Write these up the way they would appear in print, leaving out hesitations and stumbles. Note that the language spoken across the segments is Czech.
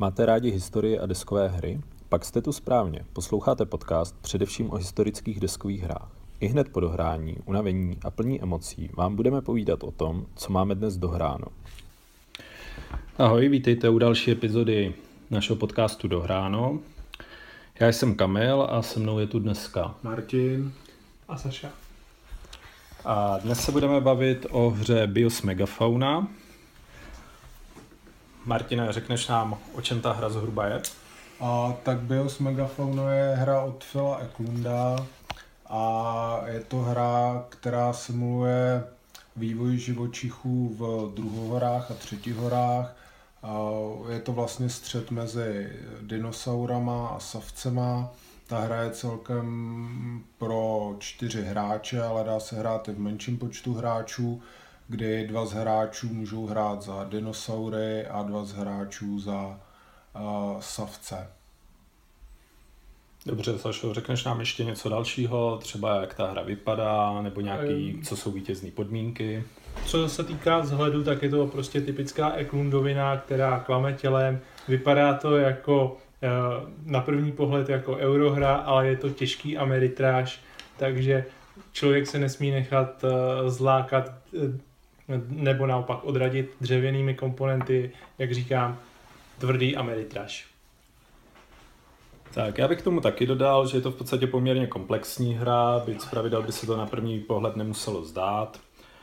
Máte rádi historii a deskové hry? Pak jste tu správně. Posloucháte podcast především o historických deskových hrách. Ihned po dohrání, unavení a plní emocí vám budeme povídat o tom, co máme dnes dohráno. Ahoj, vítejte u další epizody našeho podcastu Dohráno. Já jsem Kamil a se mnou je tu dneska Martin a Saša. A dnes se budeme bavit o hře Bios Megafauna. Martine, řekneš nám, o čem ta hra zhruba je? Tak Bios Megafauna je hra od Phila Eklunda a je to hra, která simuluje vývoj živočichů v druhohorách a třetihorách. Je to vlastně střet mezi dinosaurama a savcema. Ta hra je celkem pro 4 hráče, ale dá se hrát i v menším počtu hráčů, kdy 2 z hráčů můžou hrát za dinosaury a 2 z hráčů za savce. Dobře, Sašo, řekneš nám ještě něco dalšího, třeba jak ta hra vypadá, nebo nějaký, co jsou vítězné podmínky? Co se týká vzhledu, tak je to prostě typická Eklundovina, která klame tělem. Vypadá to jako na první pohled jako eurohra, ale je to těžký ameritráž, takže člověk se nesmí nechat zlákat nebo naopak odradit dřevěnými komponenty, jak říkám, tvrdý ameritráž. Tak, já bych k tomu taky dodal, že je to v podstatě poměrně komplexní hra, byť z pravidel by se to na první pohled nemuselo zdát,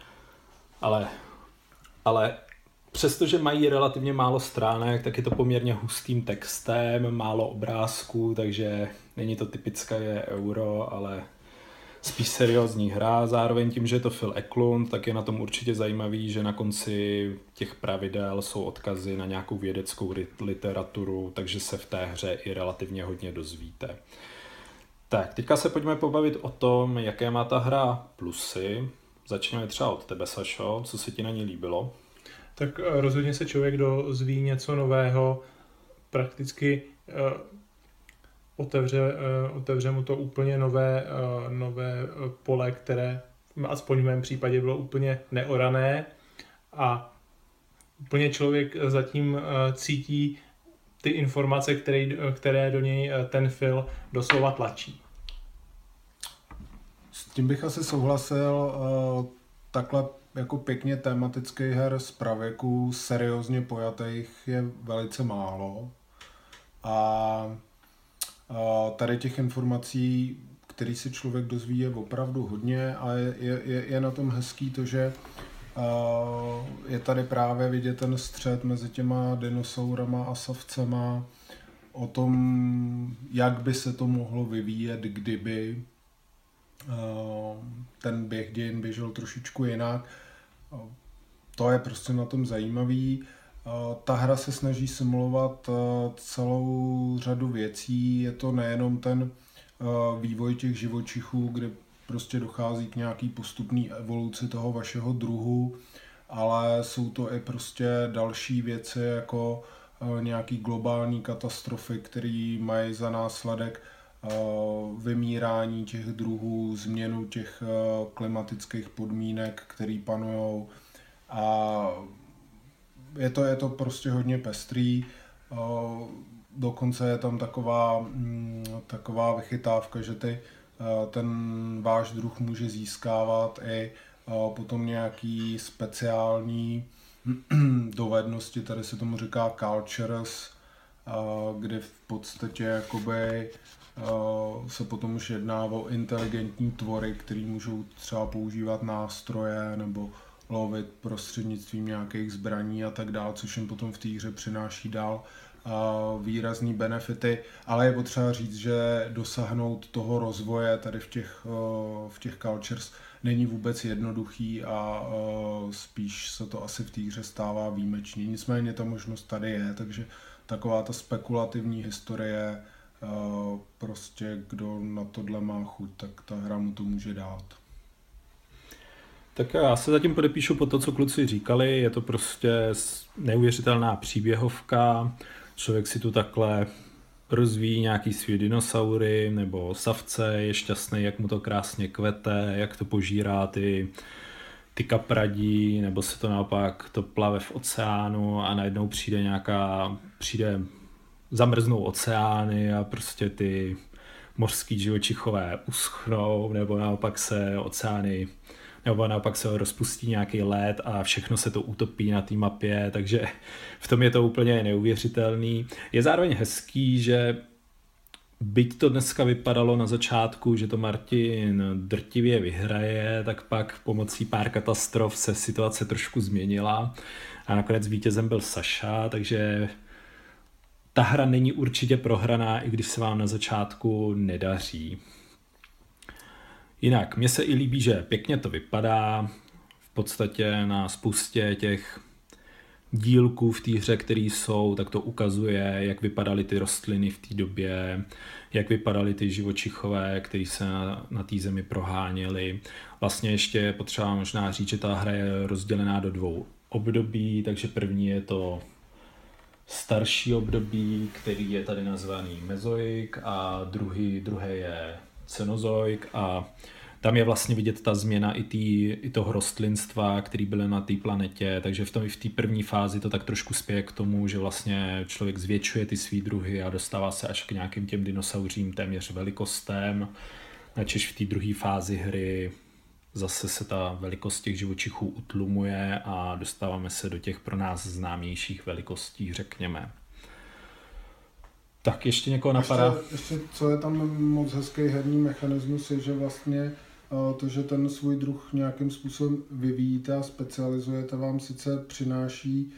ale přestože mají relativně málo stránek, tak je to poměrně hustým textem, málo obrázků, takže není to typické euro, ale spíš seriózní hra. Zároveň tím, že je to Phil Eklund, tak je na tom určitě zajímavý, že na konci těch pravidel jsou odkazy na nějakou vědeckou literaturu, takže se v té hře i relativně hodně dozvíte. Tak, teďka se pojďme pobavit o tom, jaké má ta hra plusy. Začneme třeba od tebe, Sašo, co se ti na ní líbilo? Tak rozhodně se člověk dozví něco nového, prakticky otevře mu to úplně nové pole, které aspoň v mém případě bylo úplně neorané a úplně člověk zatím cítí ty informace, které do něj ten Phil doslova tlačí. S tím bych asi souhlasil, takhle jako pěkně tematických her z pravěku, seriózně pojatých je velice málo. A tady těch informací, které se člověk dozví, je opravdu hodně a je na tom hezký to, že je tady právě vidět ten střet mezi těma dinosaurama a savcema, o tom, jak by se to mohlo vyvíjet, kdyby ten běh dějin běžel trošičku jinak. To je prostě na tom zajímavý. Ta hra se snaží simulovat celou řadu věcí. Je to nejenom ten vývoj těch živočichů, kde prostě dochází k nějaký postupný evoluci toho vašeho druhu, ale jsou to i prostě další věci jako nějaký globální katastrofy, které mají za následek vymírání těch druhů, změnu těch klimatických podmínek, které panujou. A je to prostě hodně pestrý. Dokonce je tam taková vychytávka, že ten váš druh může získávat i potom nějaký speciální dovednosti, tady se tomu říká cultures, kde v podstatě jakoby se potom už jedná o inteligentní tvory, který můžou třeba používat nástroje nebo lovit prostřednictvím nějakých zbraní a tak dále, což jim potom v té hře přináší dál výrazný benefity, ale je potřeba říct, že dosáhnout toho rozvoje tady v těch cultures není vůbec jednoduchý a spíš se to asi v té hře stává výjimečně. Nicméně ta možnost tady je, takže taková ta spekulativní historie, prostě kdo na tohle má chuť, tak ta hra mu to může dát. Tak já se zatím podepíšu po to, co kluci říkali, je to prostě neuvěřitelná příběhovka, člověk si tu takhle rozvíjí nějaký svý dinosaury nebo savce, je šťastný, jak mu to krásně kvete, jak to požírá ty kapradí, nebo se to naopak to plave v oceánu a najednou přijde zamrznou oceány a prostě ty mořský živočichové uschnou, nebo naopak se oceány, nebo naopak se rozpustí nějaký led a všechno se to utopí na té mapě, takže v tom je to úplně neuvěřitelný. Je zároveň hezký, že byť to dneska vypadalo na začátku, že to Martin drtivě vyhraje, tak pak pomocí pár katastrof se situace trošku změnila a nakonec vítězem byl Saša, takže ta hra není určitě prohraná, i když se vám na začátku nedaří. Jinak, mně se i líbí, že pěkně to vypadá, v podstatě na spoustě těch dílků v té hře, které jsou, tak to ukazuje, jak vypadaly ty rostliny v té době, jak vypadaly ty živočichové, které se na té zemi proháněly. Vlastně ještě je potřeba možná říct, že ta hra je rozdělená do 2 období, takže první je to starší období, který je tady nazvaný Mezoik a druhé je Cenozoik a tam je vlastně vidět ta změna i toho rostlinstva, který byl na té planetě, takže v té první fázi to tak trošku spěje k tomu, že vlastně člověk zvětšuje ty svý druhy a dostává se až k nějakým těm dinosauřím téměř velikostem, načež v té druhé fázi hry zase se ta velikost těch živočichů utlumuje a dostáváme se do těch pro nás známějších velikostí, řekněme. Tak ještě někoho napadá? Ještě co je tam moc hezký herní mechanismus, je, že vlastně to, že ten svůj druh nějakým způsobem vyvíjíte a specializujete, vám sice přináší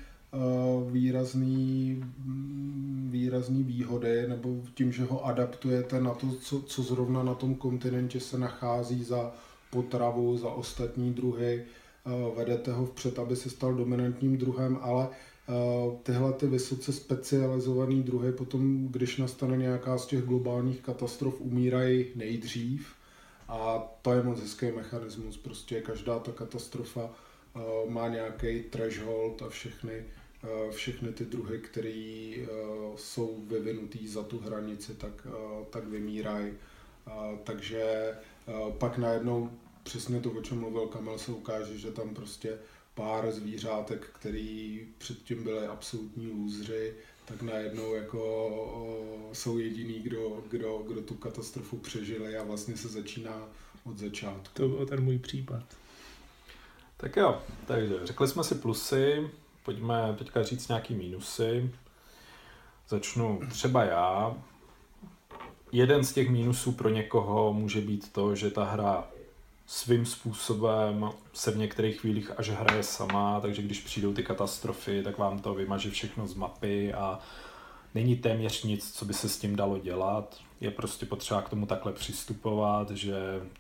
výrazný výhody, nebo tím, že ho adaptujete na to, co zrovna na tom kontinentě se nachází za potravu, za ostatní druhy, vedete ho vpřed, aby se stal dominantním druhem, ale tyhle ty vysoce specializované druhy potom, když nastane nějaká z těch globálních katastrof, umírají nejdřív a to je moc hezký mechanismus. Prostě každá ta katastrofa má nějaký threshold a všechny ty druhy, které jsou vyvinutý za tu hranici, tak vymírají. Takže pak najednou přesně to, o čem mluvil Kamil, se ukáže, že tam prostě pár zvířátek, který předtím byly absolutní lůzři, tak najednou jako jsou jediný, kdo tu katastrofu přežili a vlastně se začíná od začátku. To byl ten můj případ. Tak jo, takže řekli jsme si plusy, pojďme teďka říct nějaký mínusy. Začnu třeba já. Jeden z těch mínusů pro někoho může být to, že ta hra svým způsobem se v některých chvílích až hraje sama, takže když přijdou ty katastrofy, tak vám to vymaže všechno z mapy a není téměř nic, co by se s tím dalo dělat. Je prostě potřeba k tomu takhle přistupovat, že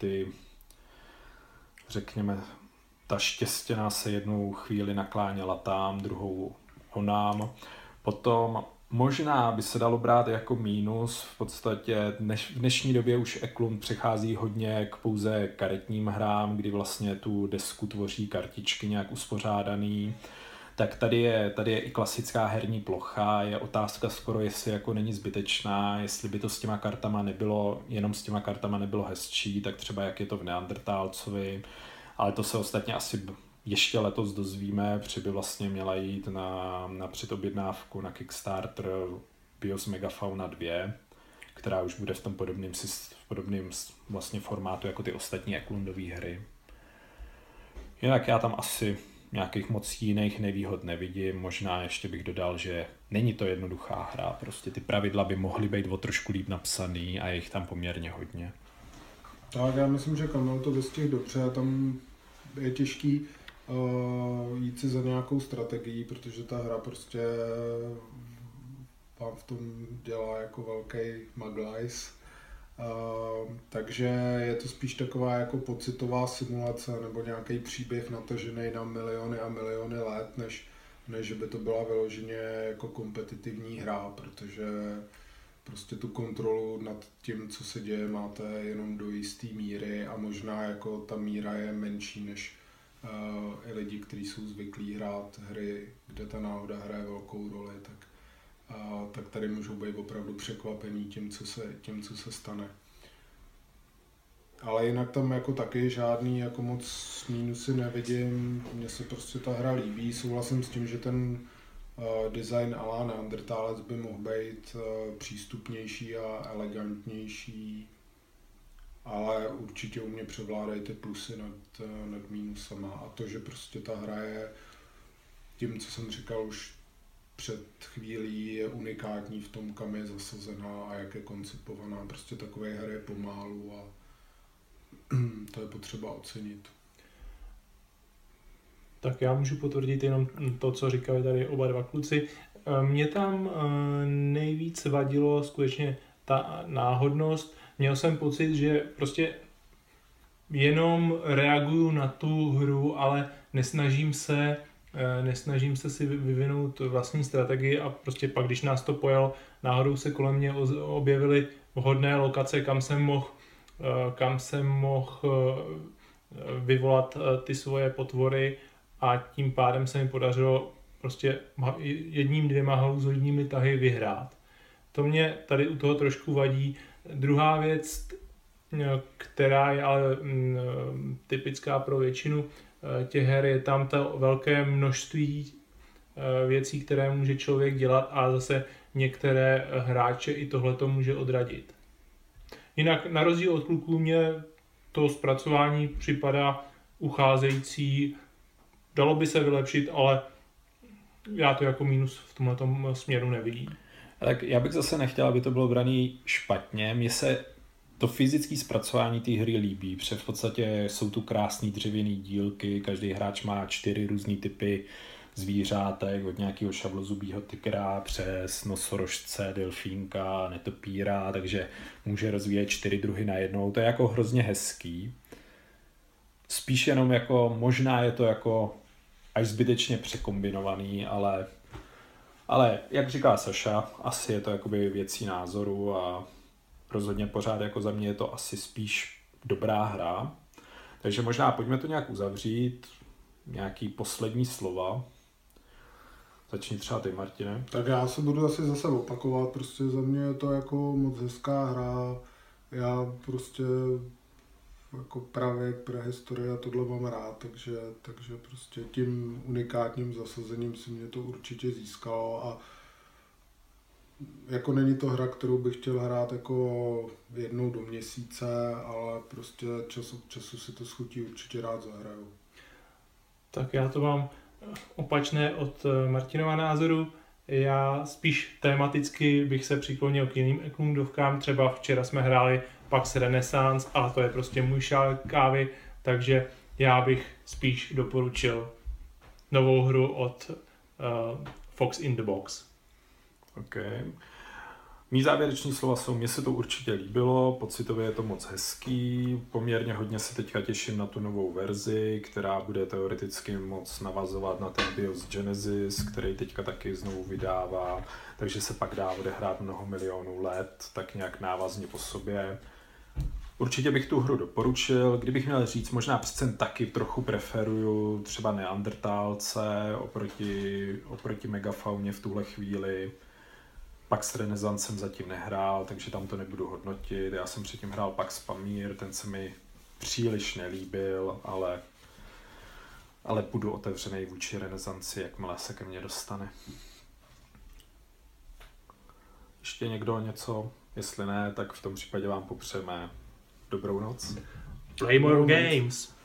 řekněme, ta štěstěna se jednou chvíli nakláněla tam, druhou honám. Potom možná by se dalo brát jako mínus, v podstatě v dnešní době už Eklund přechází hodně k pouze karetním hrám, kdy vlastně tu desku tvoří kartičky nějak uspořádaný. Tak tady je i klasická herní plocha, je otázka skoro, jestli jako není zbytečná, jestli by to s těma kartama nebylo, jenom s těma kartama nebylo hezčí, tak třeba jak je to v Neandertálcovi, ale to se ostatně asi ještě letos dozvíme, protože by vlastně měla jít na předobjednávku na Kickstarter Bios Megafauna 2, která už bude v tom podobném vlastně formátu jako ty ostatní Eklundové hry. Jinak já tam asi nějakých moc jiných nevýhod nevidím, možná ještě bych dodal, že není to jednoduchá hra, prostě ty pravidla by mohly být o trošku líp napsaný a je jich tam poměrně hodně. Tak já myslím, že Kamil to vystihl dobře, tam je těžký jít si za nějakou strategií, protože ta hra prostě vám v tom dělá jako velký maglajs. Takže je to spíš taková jako pocitová simulace nebo nějaký příběh natažený na miliony a miliony let, než by to byla vyloženě jako kompetitivní hra, protože prostě tu kontrolu nad tím, co se děje, máte jenom do jisté míry a možná jako ta míra je menší než i lidi, kteří jsou zvyklí hrát hry, kde ta náhoda hraje velkou roli, tak tady můžou být opravdu překvapení tím, co se stane. Ale jinak tam jako taky žádný jako moc mínusy nevidím, mně se prostě ta hra líbí, souhlasím s tím, že ten design à la Neandertálec by mohl být přístupnější a elegantnější, ale určitě u mě převládají ty plusy nad mínusama a to, že prostě ta hra je tím, co jsem říkal už před chvílí, je unikátní v tom, kam je zasazená a jak je koncipovaná. Prostě takové hry je pomálu a to je potřeba ocenit. Tak já můžu potvrdit jenom to, co říkali tady oba dva kluci. Mně tam nejvíc vadilo skutečně ta náhodnost. Měl jsem pocit, že prostě jenom reaguju na tu hru, ale nesnažím se si vyvinout vlastní strategii a prostě pak, když nás to pojalo, náhodou se kolem mě objevily vhodné lokace, kam jsem mohl vyvolat ty svoje potvory a tím pádem se mi podařilo prostě jedním, dvěma haluzojními tahy vyhrát. To mě tady u toho trošku vadí. Druhá věc, která je ale typická pro většinu těch her, je tam to velké množství věcí, které může člověk dělat a zase některé hráče i tohleto může odradit. Jinak na rozdíl od kluků mě to zpracování připadá ucházející, dalo by se vylepšit, ale já to jako mínus v tomhletom směru nevidím. Tak já bych zase nechtěl, aby to bylo braný špatně. Mně se to fyzické zpracování té hry líbí, protože v podstatě jsou tu krásný dřevěný dílky, každý hráč má 4 různý typy zvířátek, od nějakého šavlozubího tygra přes nosorožce, delfínka, netopíra, takže může rozvíjet 4 druhy najednou. To je jako hrozně hezký. Spíš jenom jako, možná je to jako až zbytečně překombinovaný, ale jak říká Saša, asi je to jakoby věcí názoru a rozhodně pořád jako za mě je to asi spíš dobrá hra. Takže možná pojďme to nějak uzavřít, nějaký poslední slova. Začni třeba ty, Martine. Tak já se budu asi zase opakovat, prostě za mě je to jako moc hezká hra. Já prostě jako pravěk, prehistorie a tohle mám rád, takže prostě tím unikátním zasazením si mě to určitě získalo a jako není to hra, kterou bych chtěl hrát jako jednou do měsíce, ale prostě čas od času si to schutí určitě rád zahraju. Tak já to mám opačné od Martinova názoru. Já spíš tematicky bych se přiklonil k jiným eklundovkám. Třeba včera jsme hráli Pax Renaissance, ale to je prostě můj šálek kávy, takže já bych spíš doporučil novou hru od Fox in the Box. OK. Mí závěreční slova jsou, mně se to určitě líbilo, pocitově je to moc hezký, poměrně hodně se teďka těším na tu novou verzi, která bude teoreticky moc navazovat na ten BIOS Genesis, který teďka taky znovu vydává, takže se pak dá odehrát mnoho milionů let, tak nějak návazně po sobě. Určitě bych tu hru doporučil, kdybych měl říct, možná přece taky trochu preferuju třeba Neandertálce oproti Megafauně v tuhle chvíli. Pax Renaissance jsem zatím nehrál, takže tam to nebudu hodnotit. Já jsem předtím hrál Pax Pamír, ten se mi příliš nelíbil, ale budu otevřený vůči Renesanci, jakmile se ke mně dostane. Ještě někdo něco? Jestli ne, tak v tom případě vám popřejeme dobrou noc. Play more games!